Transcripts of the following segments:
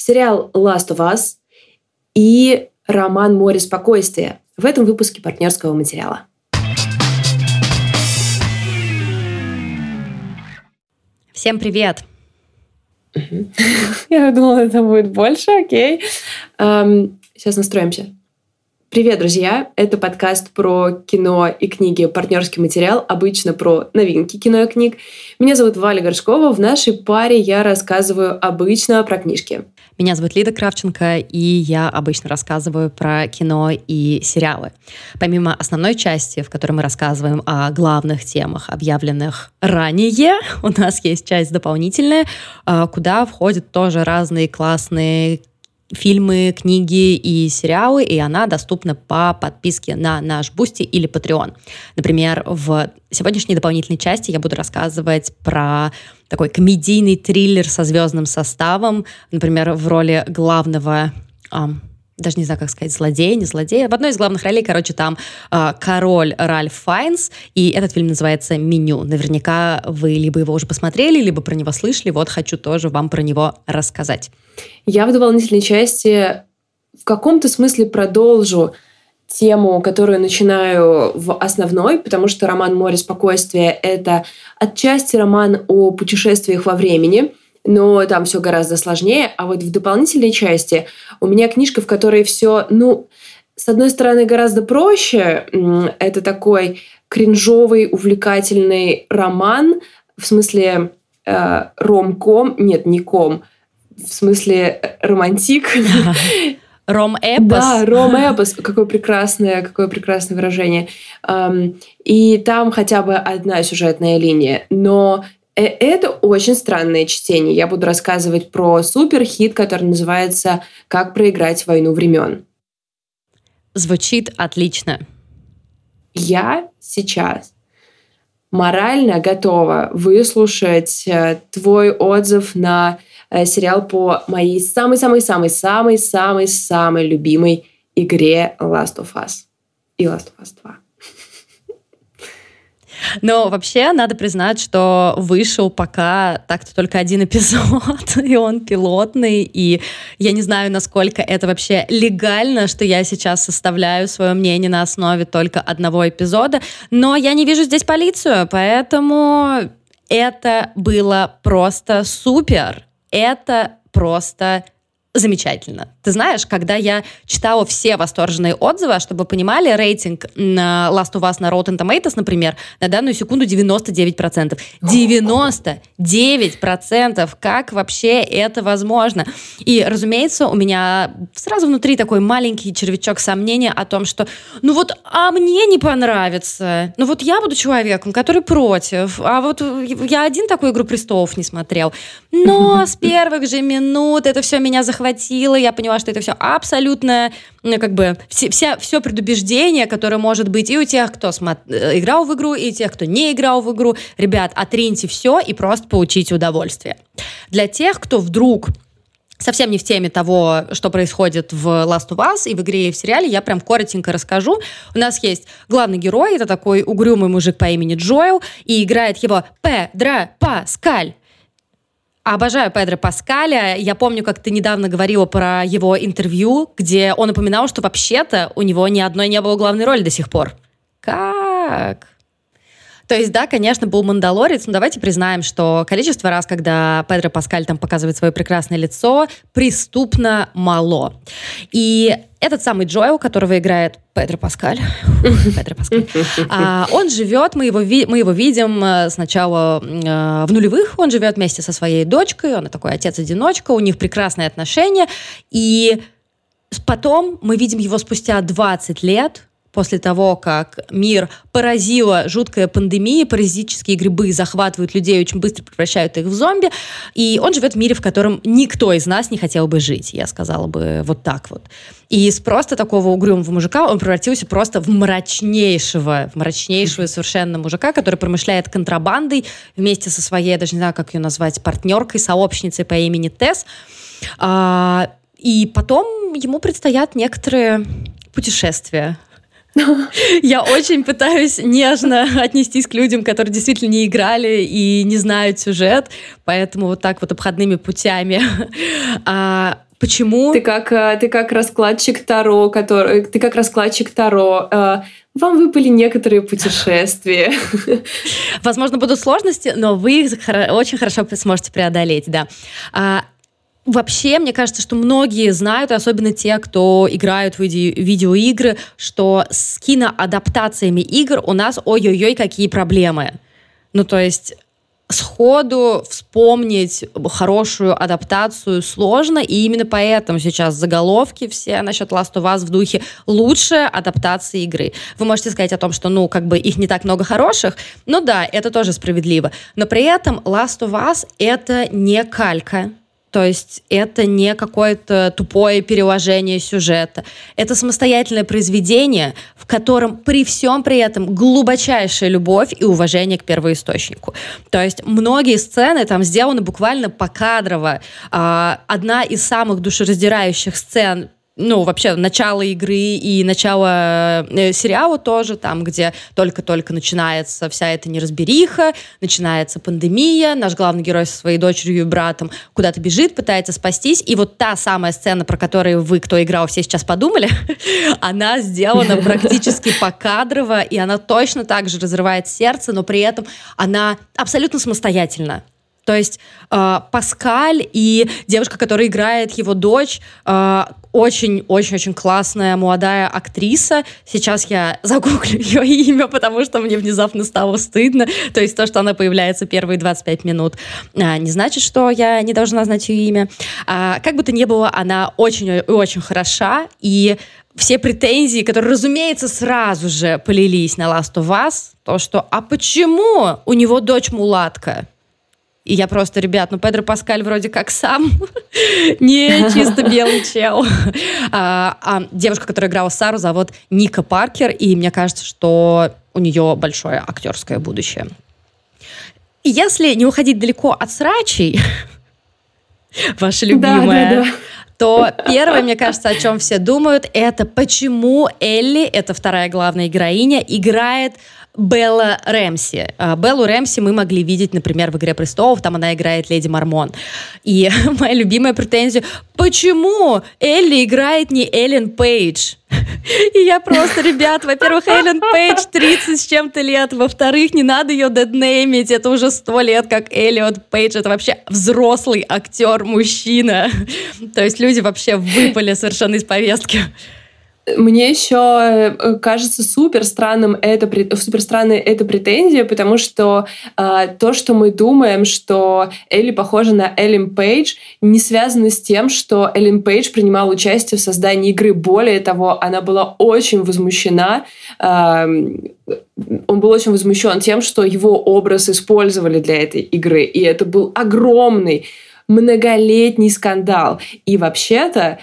сериал Last of Us и роман «Море спокойствия» в этом выпуске партнерского материала. Всем привет! Я думала, это будет больше, окей. Сейчас настроимся. Привет, друзья! Это подкаст про кино и книги «Партнерский материал», обычно про новинки кино и книг. Меня зовут Валя Горшкова. В нашей паре я рассказываю обычно про книжки. Меня зовут Лида Кравченко, и я обычно рассказываю про кино и сериалы. Помимо основной части, в которой мы рассказываем о главных темах, объявленных ранее, у нас есть часть дополнительная, куда входят тоже разные классные фильмы, книги и сериалы, и она доступна по подписке на наш Бусти или Patreon. Например, в сегодняшней дополнительной части я буду рассказывать про такой комедийный триллер со звездным составом, например, в роли главного, даже не знаю, как сказать, злодея, не злодея. В одной из главных ролей, там король Ральф Файнс, и этот фильм называется «Меню». Наверняка вы либо его уже посмотрели, либо про него слышали. Вот хочу тоже вам про него рассказать. Я в дополнительной части в каком-то смысле продолжу тему, которую начинаю в основной, потому что роман «Море спокойствия» — это отчасти роман о путешествиях во времени, но там все гораздо сложнее. А вот в дополнительной части у меня книжка, в которой все, с одной стороны, гораздо проще. Это такой кринжовый, увлекательный роман, в смысле ромком, нет, не ком, в смысле романтик. Ром-эпос. Да, ром-эпос. Какое прекрасное выражение. И там хотя бы одна сюжетная линия. Но это очень странное чтение. Я буду рассказывать про суперхит, который называется «Как проиграть войну времен». Звучит отлично. Я сейчас морально готова выслушать твой отзыв на сериал по моей самой-самой-самой-самой-самой любимой игре Last of Us и Last of Us 2. Но вообще надо признать, что вышел пока так-то только один эпизод, и он пилотный, и я не знаю, насколько это вообще легально, что я сейчас составляю свое мнение на основе только одного эпизода, но я не вижу здесь полицию, поэтому это было просто супер, это просто замечательно. Ты знаешь, когда я читала все восторженные отзывы, чтобы вы понимали, рейтинг на Last of Us на Rotten Tomatoes, например, на данную секунду 99%. 99%! Как вообще это возможно? И, разумеется, у меня сразу внутри такой маленький червячок сомнения о том, что мне не понравится. Я буду человеком, который против. А вот я один такую «Игру престолов» не смотрел. Но с первых же минут это все меня захватило. Я поняла, что это все абсолютно, все предубеждение, которое может быть и у тех, кто играл в игру, и у тех, кто не играл в игру. Ребят, отриньте все и просто получите удовольствие. Для тех, кто вдруг совсем не в теме того, что происходит в Last of Us и в игре, и в сериале, я прям коротенько расскажу. У нас есть главный герой, это такой угрюмый мужик по имени Джоэл, и играет его Педро Паскаль. Обожаю Педро Паскаля. Я помню, как ты недавно говорила про его интервью, где он упоминал, что вообще-то у него ни одной не было главной роли до сих пор. Как? То есть, да, конечно, был «Мандалорец», но давайте признаем, что количество раз, когда Педро Паскаль там показывает свое прекрасное лицо, преступно мало. И этот самый Джоэл, которого играет Педро Паскаль, он живет, мы его видим сначала в нулевых, он живет вместе со своей дочкой, он такой отец-одиночка, у них прекрасные отношения, и потом мы видим его спустя 20 лет, после того, как мир поразила жуткая пандемия, паразитические грибы захватывают людей, очень быстро превращают их в зомби, и он живет в мире, в котором никто из нас не хотел бы жить, я сказала бы вот так вот. И с просто такого угрюмого мужика он превратился просто в мрачнейшего совершенно мужика, который промышляет контрабандой вместе со своей, я даже не знаю, как ее назвать, партнеркой, сообщницей по имени Тесс. И потом ему предстоят некоторые путешествия. Я очень пытаюсь нежно отнестись к людям, которые действительно не играли и не знают сюжет, поэтому вот так вот обходными путями. Почему? Ты как раскладчик Таро, вам выпали некоторые путешествия. Возможно, будут сложности, но вы их очень хорошо сможете преодолеть, да. Вообще, мне кажется, что многие знают, особенно те, кто играют в видеоигры, что с киноадаптациями игр у нас ой-ой-ой, какие проблемы. Ну, то есть сходу вспомнить хорошую адаптацию сложно, и именно поэтому сейчас заголовки все насчет Last of Us в духе «лучшая адаптация игры». Вы можете сказать о том, что, их не так много хороших, да, это тоже справедливо, но при этом Last of Us — это не калька. То есть это не какое-то тупое переложение сюжета. Это самостоятельное произведение, в котором при всем при этом глубочайшая любовь и уважение к первоисточнику. То есть многие сцены там сделаны буквально покадрово. Одна из самых душераздирающих сцен, вообще, начало игры и начало сериала тоже, там, где только-только начинается вся эта неразбериха, начинается пандемия, наш главный герой со своей дочерью и братом куда-то бежит, пытается спастись, и вот та самая сцена, про которую вы, кто играл, все сейчас подумали, она сделана практически покадрово, и она точно так же разрывает сердце, но при этом она абсолютно самостоятельна. То есть Паскаль и девушка, которая играет его дочь, очень-очень-очень классная молодая актриса. Сейчас я загуглю ее имя, потому что мне внезапно стало стыдно. То есть то, что она появляется первые 25 минут, не значит, что я не должна знать ее имя. Как бы то ни было, она очень-очень хороша, и все претензии, которые, разумеется, сразу же полились на Last of Us, то, что «а почему у него дочь мулатка?» И я просто, ребят, Педро Паскаль вроде как сам не чисто белый чел. Девушка, которая играла Сару, зовут Ника Паркер, и мне кажется, что у нее большое актерское будущее. И если не уходить далеко от срачей, ваша любимая, то первое, мне кажется, о чем все думают, это почему Элли, это вторая главная героиня, играет Белла Рэмси. Беллу Рэмси мы могли видеть, например, в «Игре престолов», там она играет леди Мормон. И моя любимая претензия, почему Элли играет не Эллен Пейдж? И я просто, ребят, во-первых, Эллен Пейдж 30 с чем-то лет, во-вторых, не надо ее деднеймить, это уже 100 лет, как Эллиот Пейдж, это вообще взрослый актер-мужчина. То есть люди вообще выпали совершенно из повестки. Мне еще кажется супер странной эта претензия, потому что то, что мы думаем, что Элли похожа на Эллен Пейдж, не связано с тем, что Эллен Пейдж принимала участие в создании игры. Более того, она была очень возмущена, он был очень возмущен тем, что его образ использовали для этой игры. И это был огромный, многолетний скандал. И вообще-то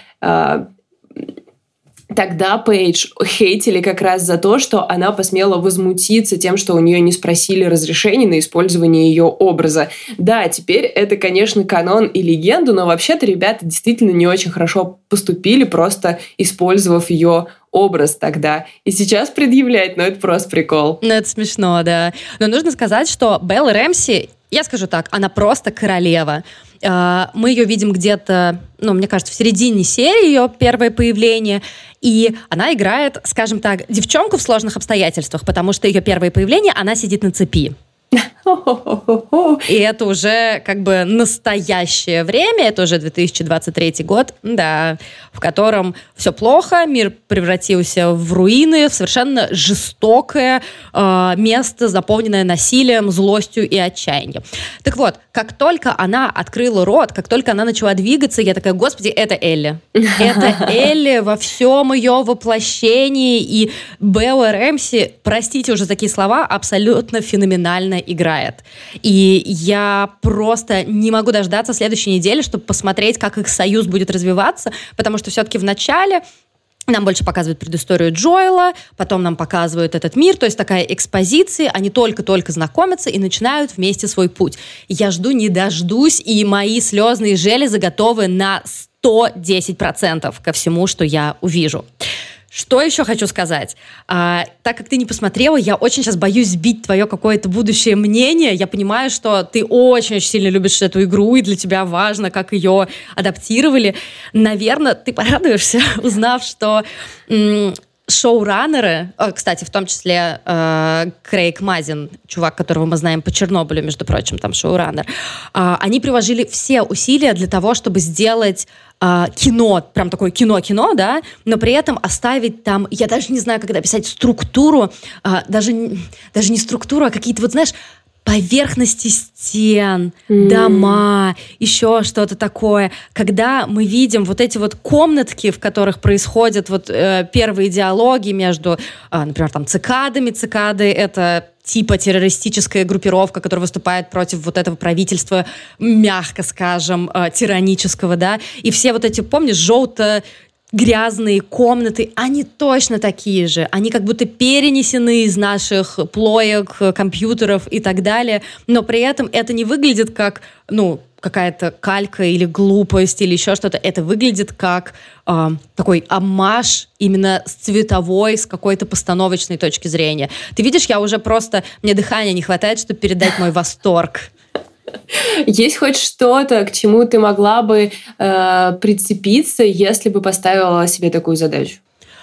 тогда Пейдж хейтили как раз за то, что она посмела возмутиться тем, что у нее не спросили разрешения на использование ее образа. Да, теперь это, конечно, канон и легенда, но вообще-то ребята действительно не очень хорошо поступили, просто использовав ее образ тогда. И сейчас предъявлять, это просто прикол. Это смешно, да. Но нужно сказать, что Белла Рэмси, я скажу так, она просто королева. Мы ее видим где-то, мне кажется, в середине серии, ее первое появление, и она играет, скажем так, девчонку в сложных обстоятельствах, потому что ее первое появление, она сидит на цепи. И это уже настоящее время, это уже 2023 год, да, в котором все плохо, мир превратился в руины, в совершенно жестокое место, заполненное насилием, злостью и отчаянием. Так вот, как только она открыла рот, как только она начала двигаться, я такая, господи, это Элли. Это Элли во всем ее воплощении, и Белла Рэмси, простите уже за такие слова, абсолютно феноменально играет. И я просто не могу дождаться следующей недели, чтобы посмотреть, как их союз будет развиваться, потому что все-таки в начале нам больше показывают предысторию Джоэла, потом нам показывают этот мир, то есть такая экспозиция, они только-только знакомятся и начинают вместе свой путь. Я жду не дождусь, и мои слезные железы готовы на 110% ко всему, что я увижу. Что еще хочу сказать? Так как ты не посмотрела, я очень сейчас боюсь сбить твое какое-то будущее мнение. Я понимаю, что ты очень-очень сильно любишь эту игру, и для тебя важно, как ее адаптировали. Наверное, ты порадуешься, узнав, что шоураннеры, кстати, в том числе Крейг Мазин, чувак, которого мы знаем по Чернобылю, между прочим, там шоураннер, они приложили все усилия для того, чтобы сделать кино, прям такое кино-кино, да, но при этом оставить там, я даже не знаю, как это описать, структуру, даже не структуру, а какие-то, вот знаешь, поверхности стен, дома, еще что-то такое. Когда мы видим вот эти вот комнатки, в которых происходят вот первые диалоги между, например, там цикадами. Цикады — это типа террористическая группировка, которая выступает против вот этого правительства, мягко скажем, тиранического, да, и все вот эти, помнишь, грязные комнаты, они точно такие же. Они как будто перенесены из наших плоек, компьютеров и так далее. Но при этом это не выглядит как, какая-то калька или глупость или еще что-то. Это выглядит как такой оммаж именно с цветовой, с какой-то постановочной точки зрения. Ты видишь, мне дыхания не хватает, чтобы передать мой восторг. Есть хоть что-то, к чему ты могла бы прицепиться, если бы поставила себе такую задачу?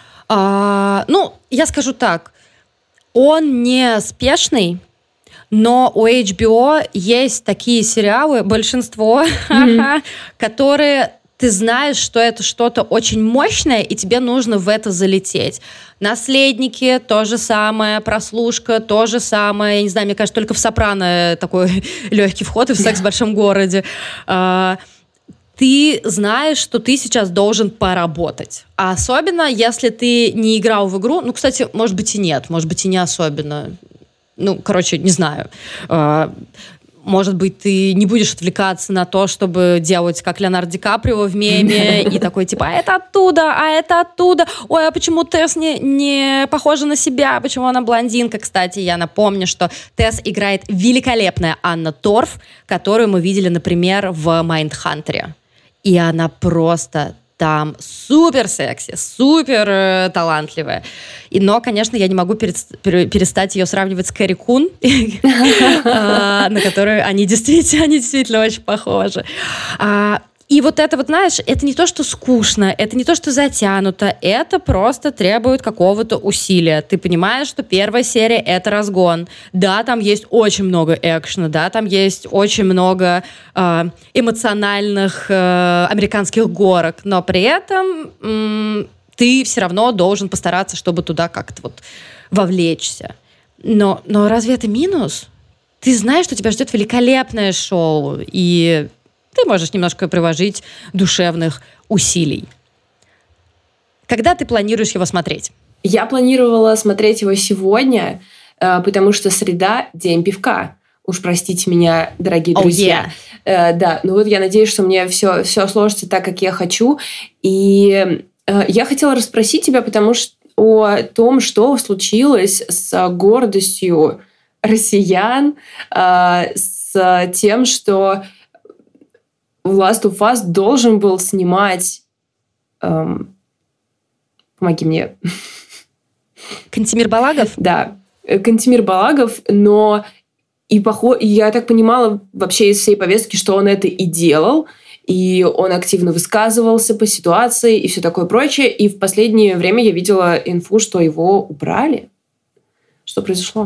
Я скажу так. Он не спешный, но у HBO есть такие сериалы, большинство, которые... Ты знаешь, что это что-то очень мощное, и тебе нужно в это залететь. «Наследники» — то же самое, «Прослушка» — то же самое. Я не знаю, мне кажется, только в «Сопрано» такой легкий вход, и в «Секс в большом городе». Ты знаешь, что ты сейчас должен поработать. А особенно, если ты не играл в игру. Кстати, может быть и нет, может быть и не особенно. Не знаю. Может быть, ты не будешь отвлекаться на то, чтобы делать, как Леонардо Ди Каприо в меме, и такой, типа, а это оттуда. Ой, а почему Тесс не похожа на себя? Почему она блондинка? Кстати, я напомню, что Тесс играет великолепная Анна Торф, которую мы видели, например, в «Майндхантере». И она просто... там супер секси, супер талантливая. Но, конечно, я не могу перестать ее сравнивать с Кэрри Кун, на которую они действительно очень похожи. И вот это вот, знаешь, это не то, что скучно, это не то, что затянуто, это просто требует какого-то усилия. Ты понимаешь, что первая серия — это разгон. Да, там есть очень много экшена, да, там есть очень много эмоциональных американских горок, но при этом ты все равно должен постараться, чтобы туда как-то вот вовлечься. Но разве это минус? Ты знаешь, что тебя ждет великолепное шоу, и... ты можешь немножко приложить душевных усилий. Когда ты планируешь его смотреть? Я планировала смотреть его сегодня, потому что среда — день пивка. Уж простите меня, дорогие друзья. Да, я надеюсь, что мне все сложится так, как я хочу. И я хотела расспросить тебя, о том, что случилось с гордостью россиян, с тем, что Last of Us должен был снимать... помоги мне. Кантемир Балагов? Да, Кантемир Балагов, но я так понимала вообще из всей повестки, что он это и делал, и он активно высказывался по ситуации и все такое прочее, и в последнее время я видела инфу, что его убрали. Что произошло?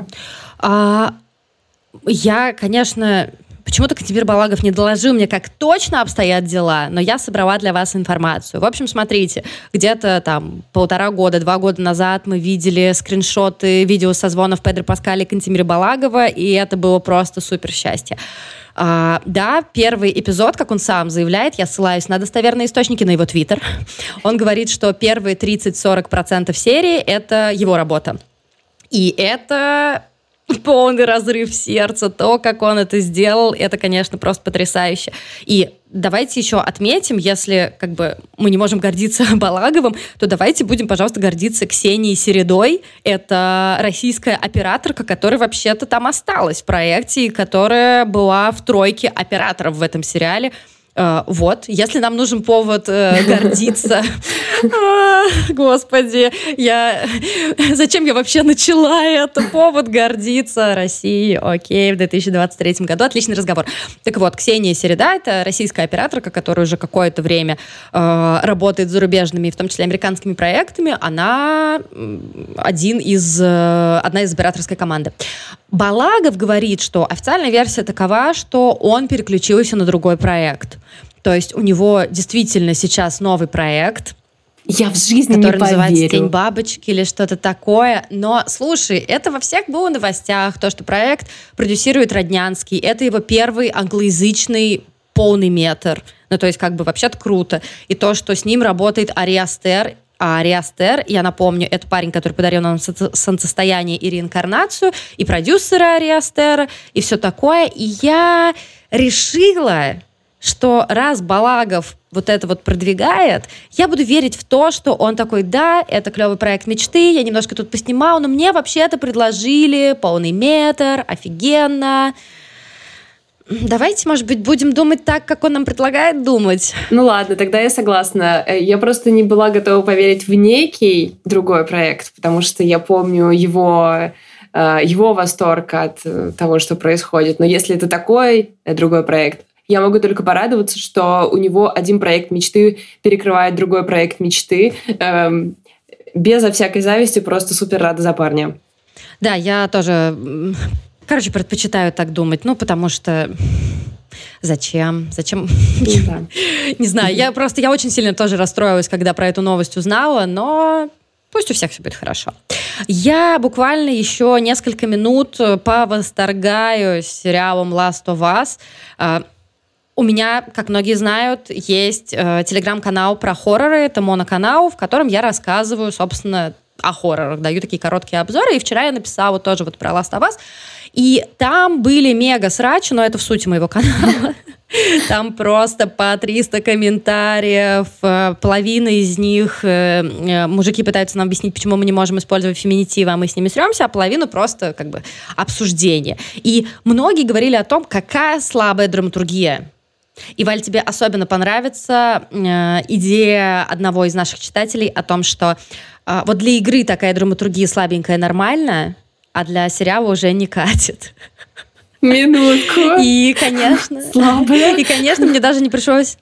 Я, конечно... Почему-то Кантемир Балагов не доложил мне, как точно обстоят дела, но я собрала для вас информацию. В общем, смотрите, где-то там 2 года назад мы видели скриншоты видео созвонов Педро Паскаля и Кантемира Балагова, и это было просто супер счастье. Да, первый эпизод, как он сам заявляет, я ссылаюсь на достоверные источники, на его твиттер, он говорит, что первые 30-40% серии — это его работа. И это... полный разрыв сердца. То, как он это сделал, это, конечно, просто потрясающе. И давайте еще отметим, если мы не можем гордиться Балаговым, то давайте будем, пожалуйста, гордиться Ксенией Середой. Это российская операторка, которая вообще-то там осталась в проекте, и которая была в тройке операторов в этом сериале. Вот, если нам нужен повод гордиться... Господи, зачем я вообще начала это? Повод гордиться Россией. Окей, в 2023 году. Отличный разговор. Так вот, Ксения Середа, это российская операторка, которая уже какое-то время работает с зарубежными, в том числе американскими проектами. Она одна из операторской команды. Балагов говорит, что официальная версия такова, что он переключился на другой проект. То есть у него действительно сейчас новый проект, я в жизни который не называется поверю. «Тень бабочки» или что-то такое. Но, слушай, это во всех было новостях, то, что проект продюсирует Роднянский. Это его первый англоязычный полный метр. Ну, то есть, как бы, вообще-то круто. И то, что с ним работает Ари Астер. А Ари Астер, я напомню, это парень, который подарил нам «Солнцестояние» и «Реинкарнацию», и продюсеры Ари Астера, и все такое. И я решила, что раз Балагов вот это вот продвигает, я буду верить в то, что он такой: да, это клевый проект мечты, я немножко тут поснимал, но мне вообще-то предложили полный метр, офигенно. Давайте, может быть, будем думать так, как он нам предлагает думать. Ну ладно, тогда я согласна. Я просто не была готова поверить в некий другой проект, потому что я помню его восторг от того, что происходит. Но если это такой другой проект, я могу только порадоваться, что у него один проект мечты перекрывает другой проект мечты. Безо всякой зависти, просто супер рада за парня. Да, я тоже, предпочитаю так думать, потому что... Зачем? Да. Не знаю, я очень сильно тоже расстроилась, когда про эту новость узнала, но... Пусть у всех все будет хорошо. Я буквально еще несколько минут повосторгаюсь сериалом Last of Us. У меня, как многие знают, есть телеграм-канал про хорроры, это моноканал, в котором я рассказываю, собственно, о хоррорах, даю такие короткие обзоры, и вчера я написала тоже вот про Last of Us, и там были мега-срачи, но это в сути моего канала. Там просто по 300 комментариев, половина из них мужики пытаются нам объяснить, почему мы не можем использовать феминитивы, а мы с ними срёмся, а половину просто как бы обсуждение. И многие говорили о том, какая слабая драматургия. И, Валь, тебе особенно понравится идея одного из наших читателей о том, что вот для игры такая драматургия слабенькая нормальная, а для сериала уже не катит. Минутку. И, конечно, слабая. И, конечно, мне даже не пришлось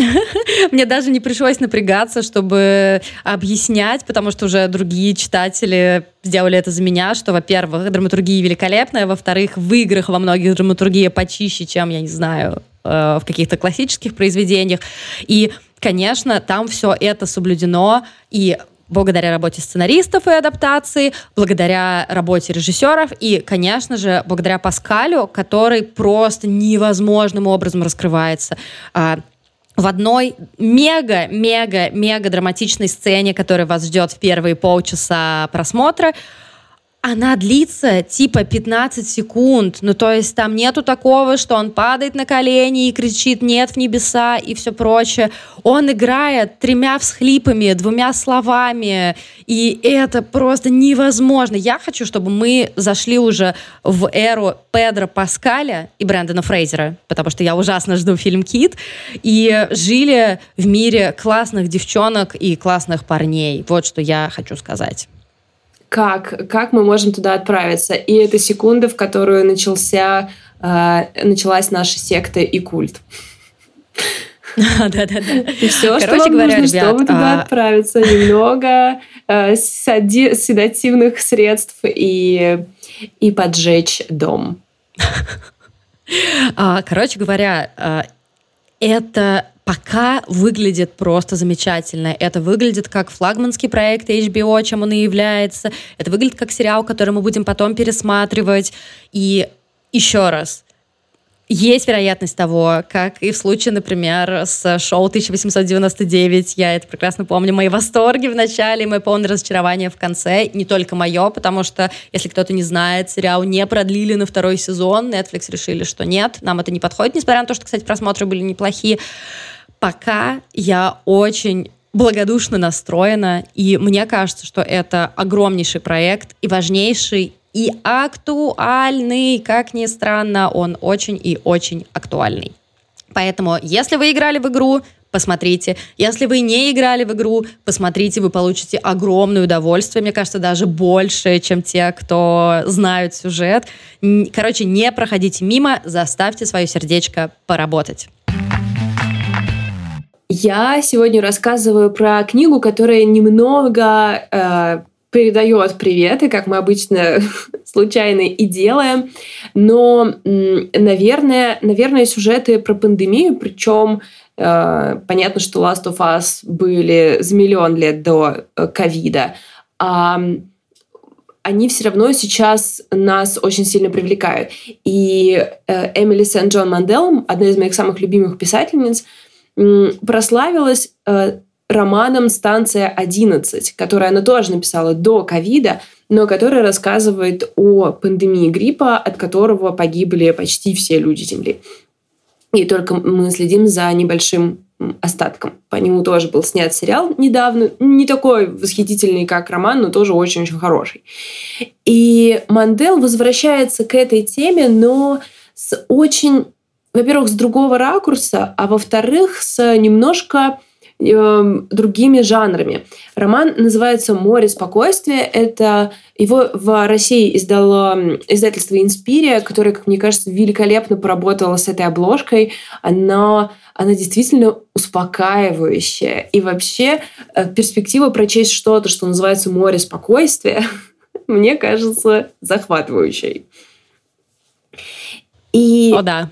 напрягаться, чтобы объяснять, потому что уже другие читатели сделали это за меня, что, во-первых, драматургия великолепная, во-вторых, в играх во многих драматургия почище, чем, я не знаю, в каких-то классических произведениях. И, конечно, там все это соблюдено, и благодаря работе сценаристов и адаптации, благодаря работе режиссеров и, конечно же, благодаря Паскалю, который просто невозможным образом раскрывается. В одной мега драматичной сцене, которая вас ждет в первые полчаса просмотра, она длится типа 15 секунд. Ну, то есть там нету такого, что он падает на колени и кричит «нет» в небеса и все прочее. Он играет 3 всхлипами, 2 словами, и это просто невозможно. Я хочу, чтобы мы зашли уже в эру Педро Паскаля и Брэндона Фрейзера, потому что я ужасно жду фильм «Кит», и жили в мире классных девчонок и классных парней. Вот что я хочу сказать. Как мы можем туда отправиться? И это секунда, в которую началась наша секта и культ. Да. И все, что вам нужно, чтобы туда отправиться. Немного седативных средств и поджечь дом. Короче говоря, это пока выглядит просто замечательно. Это выглядит как флагманский проект HBO, чем он и является. Это выглядит как сериал, который мы будем потом пересматривать. И еще раз, есть вероятность того, как и в случае, например, с шоу 1899, я это прекрасно помню, мои восторги в начале и мое полное разочарование в конце, не только мое, потому что, если кто-то не знает, сериал не продлили на 2-й сезон, Netflix решили, что нет, нам это не подходит, несмотря на то, что, кстати, просмотры были неплохие. Пока я очень благодушно настроена, и мне кажется, что это огромнейший проект и важнейший, и актуальный, как ни странно, он очень и очень актуальный. Поэтому, если вы играли в игру, посмотрите. Если вы не играли в игру, посмотрите, вы получите огромное удовольствие, мне кажется, даже больше, чем те, кто знают сюжет. Короче, не проходите мимо, заставьте свое сердечко поработать. Я сегодня рассказываю про книгу, которая немного передает приветы, как мы обычно случайно и делаем. Но, наверное, сюжеты про пандемию, причем понятно, что Last of Us были за миллион лет до ковида, они все равно сейчас нас очень сильно привлекают. И Эмили Сент-Джон Мандел, одна из моих самых любимых писательниц, прославилась романом «Станция 11», который она тоже написала до ковида, но который рассказывает о пандемии гриппа, от которого погибли почти все люди Земли. И только мы следим за небольшим остатком. По нему тоже был снят сериал недавно. Не такой восхитительный, как роман, но тоже очень-очень хороший. И Мандел возвращается к этой теме, но с очень, во-первых, с другого ракурса, а во-вторых, с немножко другими жанрами. Роман называется «Море спокойствия». Это его в России издало издательство «Инспирия», которое, как мне кажется, великолепно поработало с этой обложкой. Она действительно успокаивающая. И вообще перспектива прочесть что-то, что называется «Море спокойствия», мне кажется захватывающей. О, да.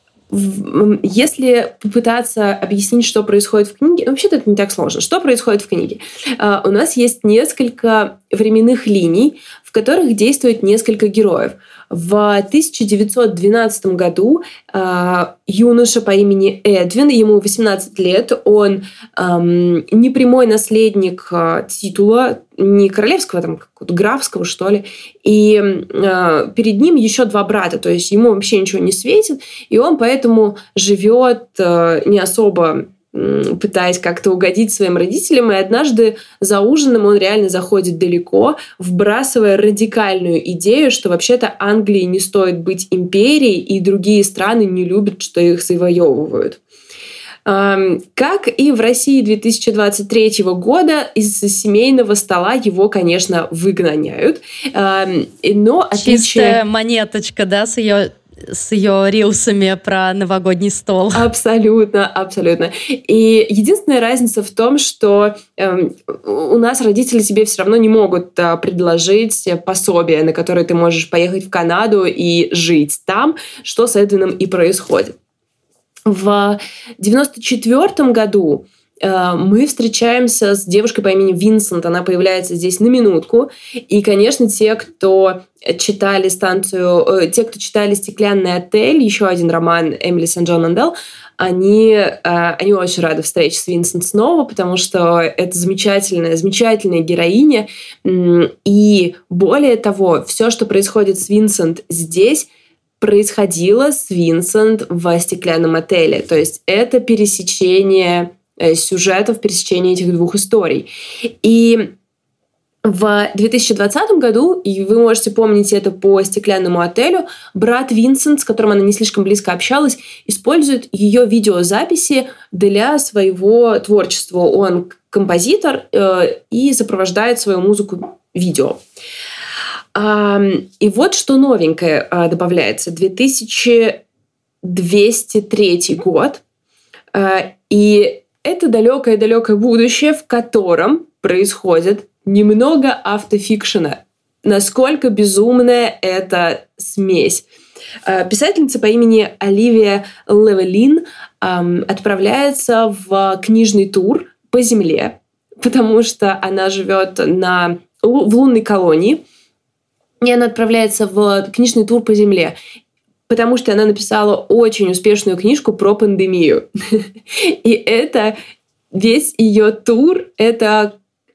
Если попытаться объяснить, что происходит в книге, вообще-то это не так сложно. Что происходит в книге? У нас есть несколько временных линий, в которых действует несколько героев. В 1912 году юноша по имени Эдвин, ему 18 лет, он непрямой наследник титула, не королевского, там, какого-то графского, что ли, и перед ним еще два брата, то есть ему вообще ничего не светит, и он поэтому живет не особо пытаясь как-то угодить своим родителям, и однажды за ужином он реально заходит далеко, вбрасывая радикальную идею, что вообще-то Англии не стоит быть империей, и другие страны не любят, что их завоевывают. Как и в России 2023 года, из семейного стола его, конечно, выгоняют. Но чистая монеточка, да, с ее рилсами про новогодний стол. Абсолютно, абсолютно. И единственная разница в том, что у нас родители тебе все равно не могут предложить пособие, на которое ты можешь поехать в Канаду и жить там, что с Эдвином и происходит. В 1994 году мы встречаемся с девушкой по имени Винсент. Она появляется здесь на минутку. И, конечно, те, кто читали «Стеклянный отель», еще один роман Эмили Сент-Джон Мандел, они очень рады встрече с Винсент снова, потому что это замечательная героиня. И более того, все, что происходит с Винсент здесь, происходило с Винсент в «Стеклянном отеле». То есть это пересечение сюжетов, пересечение этих двух историй. И в 2020 году, и вы можете помнить это по «Стеклянному отелю», брат Винсент, с которым она не слишком близко общалась, использует ее видеозаписи для своего творчества. Он композитор и сопровождает свою музыку видео. И вот что новенькое добавляется. 2203 год. И это далекое-далекое будущее, в котором происходит немного автофикшена. Насколько безумная эта смесь. Писательница по имени Оливия Левелин отправляется в книжный тур по Земле, потому что она живет в лунной колонии, и она отправляется в книжный тур по Земле, потому что она написала очень успешную книжку про пандемию. И это весь ее тур — это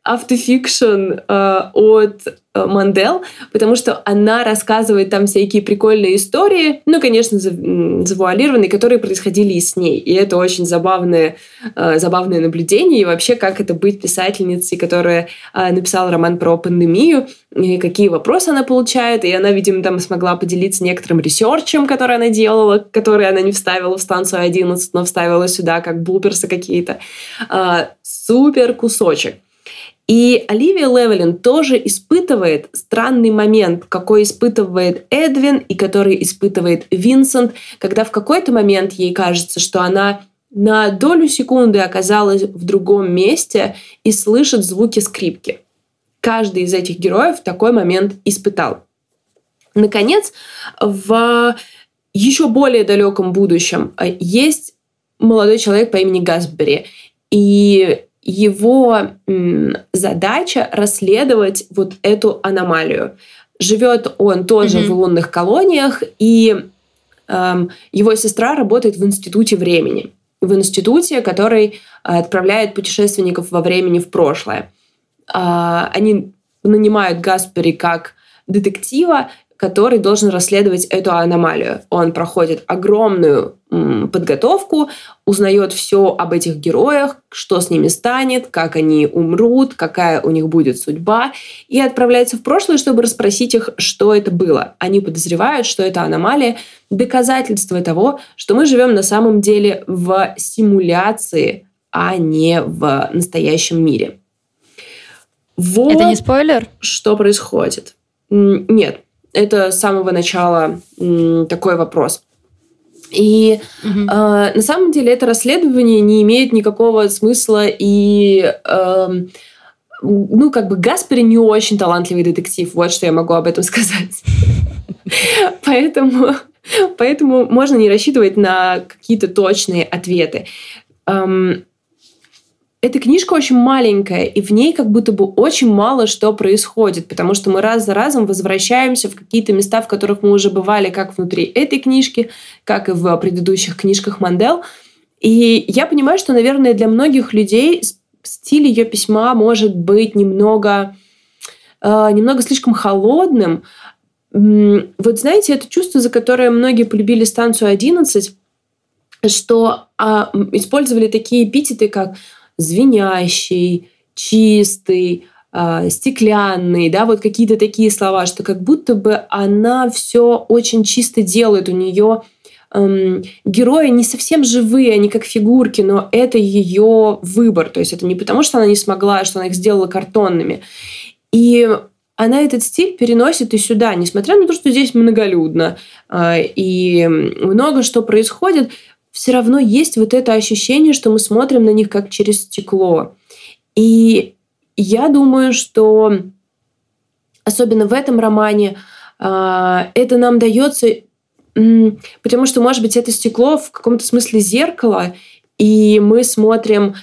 автофикшн от Мандел, потому что она рассказывает там всякие прикольные истории, ну, конечно, завуалированные, которые происходили и с ней. И это очень забавное наблюдение. И вообще, как это быть писательницей, которая написала роман про пандемию, и какие вопросы она получает. И она, видимо, там смогла поделиться некоторым ресерчем, который она делала, который она не вставила в станцию 11, но вставила сюда как блуперсы какие-то. Супер кусочек. И Оливия Левелин тоже испытывает странный момент, какой испытывает Эдвин и который испытывает Винсент, когда в какой-то момент ей кажется, что она на долю секунды оказалась в другом месте и слышит звуки скрипки. Каждый из этих героев в такой момент испытал. Наконец, в еще более далеком будущем есть молодой человек по имени Гасбери. И его задача расследовать вот эту аномалию. Живет он тоже в лунных колониях, и его сестра работает в Институте времени. В институте, который отправляет путешественников во времени в прошлое. Они нанимают Гаспери как детектива, который должен расследовать эту аномалию. Он проходит огромную подготовку, узнает все об этих героях, что с ними станет, как они умрут, какая у них будет судьба, и отправляется в прошлое, чтобы расспросить их, что это было. Они подозревают, что это аномалия, доказательство того, что мы живем на самом деле в симуляции, а не в настоящем мире. Вот это не спойлер? Что происходит? Нет. Это с самого начала такой вопрос. И на самом деле это расследование не имеет никакого смысла. И Гаспери не очень талантливый детектив. Вот что я могу об этом сказать. Поэтому можно не рассчитывать на какие-то точные ответы. Эта книжка очень маленькая, и в ней как будто бы очень мало что происходит, потому что мы раз за разом возвращаемся в какие-то места, в которых мы уже бывали, как внутри этой книжки, как и в предыдущих книжках Мандел. И я понимаю, что, наверное, для многих людей стиль ее письма может быть немного слишком холодным. Вот знаете, это чувство, за которое многие полюбили станцию 11, что использовали такие эпитеты, как звенящий, чистый, стеклянный, да, вот какие-то такие слова, что как будто бы она все очень чисто делает. У нее герои не совсем живые, они как фигурки, но это ее выбор. То есть это не потому, что она не смогла, что она их сделала картонными. И она этот стиль переносит и сюда, несмотря на то, что здесь многолюдно и много что происходит, все равно есть вот это ощущение, что мы смотрим на них как через стекло. И я думаю, что особенно в этом романе это нам дается, потому что, может быть, это стекло в каком-то смысле зеркало, и мы смотрим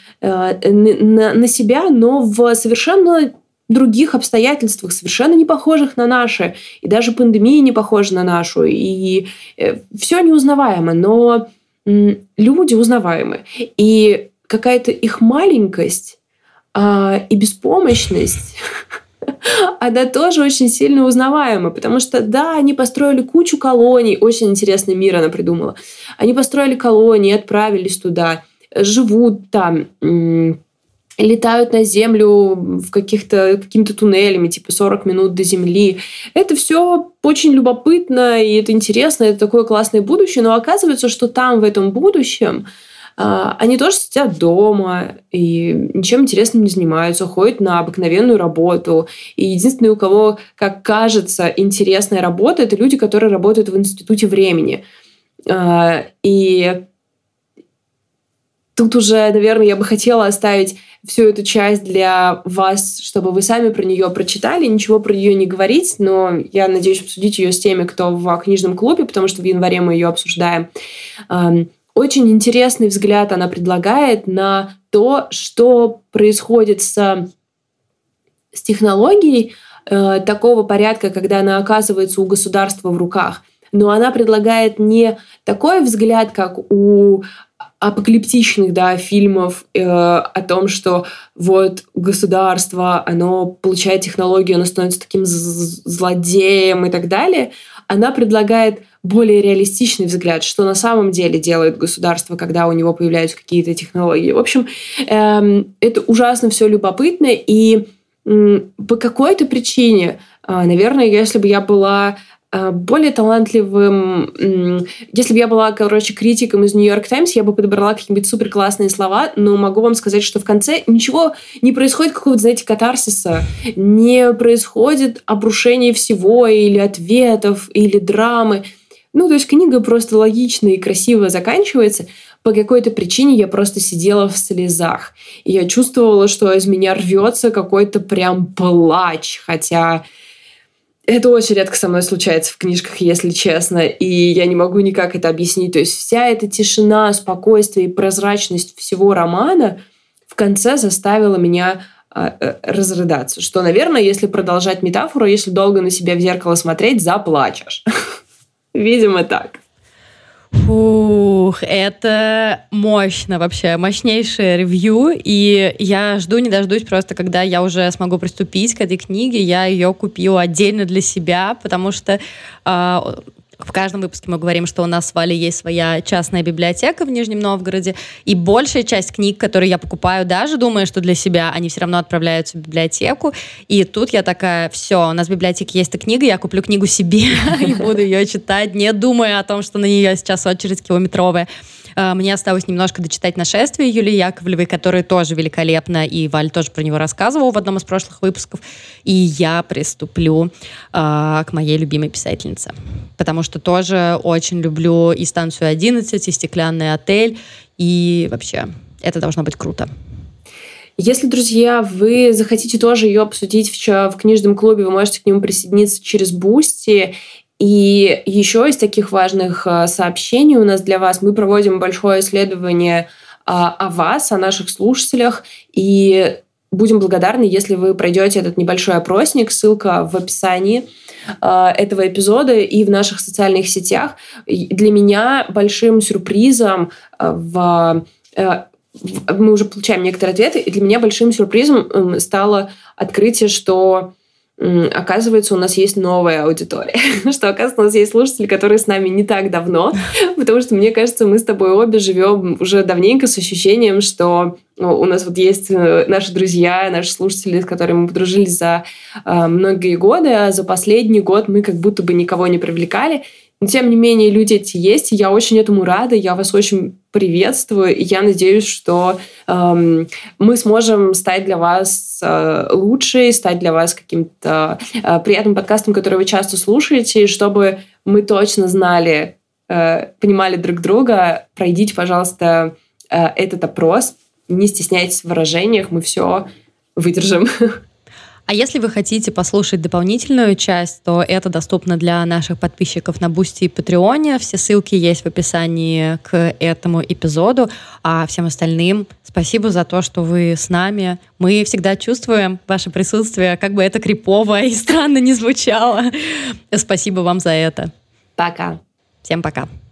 на себя, но в совершенно других обстоятельствах, совершенно не похожих на наши. И даже пандемия не похожа на нашу. И все неузнаваемо, но люди узнаваемы. И какая-то их маленькость и беспомощность, она тоже очень сильно узнаваема. Потому что, да, они построили кучу колоний. Очень интересный мир она придумала. Они построили колонии, отправились туда, живут там, летают на Землю в какими-то туннелями, типа 40 минут до Земли. Это все очень любопытно, и это интересно, это такое классное будущее, но оказывается, что там, в этом будущем, они тоже сидят дома и ничем интересным не занимаются, ходят на обыкновенную работу. И единственные, у кого, как кажется, интересная работа, это люди, которые работают в Институте времени. И тут уже, наверное, я бы хотела оставить всю эту часть для вас, чтобы вы сами про нее прочитали, ничего про нее не говорить, но я надеюсь обсудить ее с теми, кто в книжном клубе, потому что в январе мы ее обсуждаем. Очень интересный взгляд она предлагает на то, что происходит с технологией такого порядка, когда она оказывается у государства в руках. Но она предлагает не такой взгляд, как у апокалиптичных, да, фильмов о том, что вот государство, оно получает технологию, оно становится таким злодеем и так далее, она предлагает более реалистичный взгляд, что на самом деле делает государство, когда у него появляются какие-то технологии. В общем, это ужасно все любопытно, и по какой-то причине, наверное, если бы я была более талантливым... Если бы я была, критиком из Нью-Йорк Таймс, я бы подобрала какие-нибудь супер классные слова, но могу вам сказать, что в конце ничего не происходит, какого-то, знаете, катарсиса, не происходит обрушение всего или ответов, или драмы. То есть книга просто логично и красиво заканчивается. По какой-то причине я просто сидела в слезах. И я чувствовала, что из меня рвется какой-то прям плач, хотя... Это очень редко со мной случается в книжках, если честно, и я не могу никак это объяснить. То есть вся эта тишина, спокойствие и прозрачность всего романа в конце заставила меня разрыдаться. Что, наверное, если продолжать метафору, если долго на себя в зеркало смотреть, заплачешь. Видимо, так. Фух, это мощно вообще, мощнейшее ревью, и я жду не дождусь просто, когда я уже смогу приступить к этой книге. Я ее купила отдельно для себя, потому что в каждом выпуске мы говорим, что у нас с Валей есть своя частная библиотека в Нижнем Новгороде, и большая часть книг, которые я покупаю, даже думая, что для себя, они все равно отправляются в библиотеку. И тут я такая: все, у нас в библиотеке есть эта книга, я куплю книгу себе и буду ее читать, не думая о том, что на нее сейчас очередь километровая. Мне осталось немножко дочитать «Нашествие» Юлии Яковлевой, которое тоже великолепно, и Валь тоже про него рассказывал в одном из прошлых выпусков. И я приступлю к моей любимой писательнице, потому что тоже очень люблю и «Станцию 11», и «Стеклянный отель», и вообще это должно быть круто. Если, друзья, вы захотите тоже ее обсудить в книжном клубе, вы можете к нему присоединиться через Boosty. И еще из таких важных сообщений у нас для вас: мы проводим большое исследование о вас, о наших слушателях, и будем благодарны, если вы пройдете этот небольшой опросник, ссылка в описании этого эпизода и в наших социальных сетях. Для меня большим сюрпризом мы уже получаем некоторые ответы, и для меня большим сюрпризом стало открытие, что оказывается, у нас есть новая аудитория. Что, оказывается, у нас есть слушатели, которые с нами не так давно, потому что, мне кажется, мы с тобой обе живем уже давненько с ощущением, что у нас вот есть наши друзья, наши слушатели, с которыми мы подружились за многие годы, а за последний год мы как будто бы никого не привлекали. Но, тем не менее, люди эти есть, и я очень этому рада, я вас очень приветствую, и я надеюсь, что мы сможем стать для вас лучше, стать для вас каким-то приятным подкастом, который вы часто слушаете, и чтобы мы точно знали, понимали друг друга. Пройдите, пожалуйста, этот опрос, не стесняйтесь в выражениях, мы все выдержим. А если вы хотите послушать дополнительную часть, то это доступно для наших подписчиков на Boosty и Патреоне. Все ссылки есть в описании к этому эпизоду. А всем остальным спасибо за то, что вы с нами. Мы всегда чувствуем ваше присутствие, как бы это крипово и странно не звучало. Спасибо вам за это. Пока. Всем пока.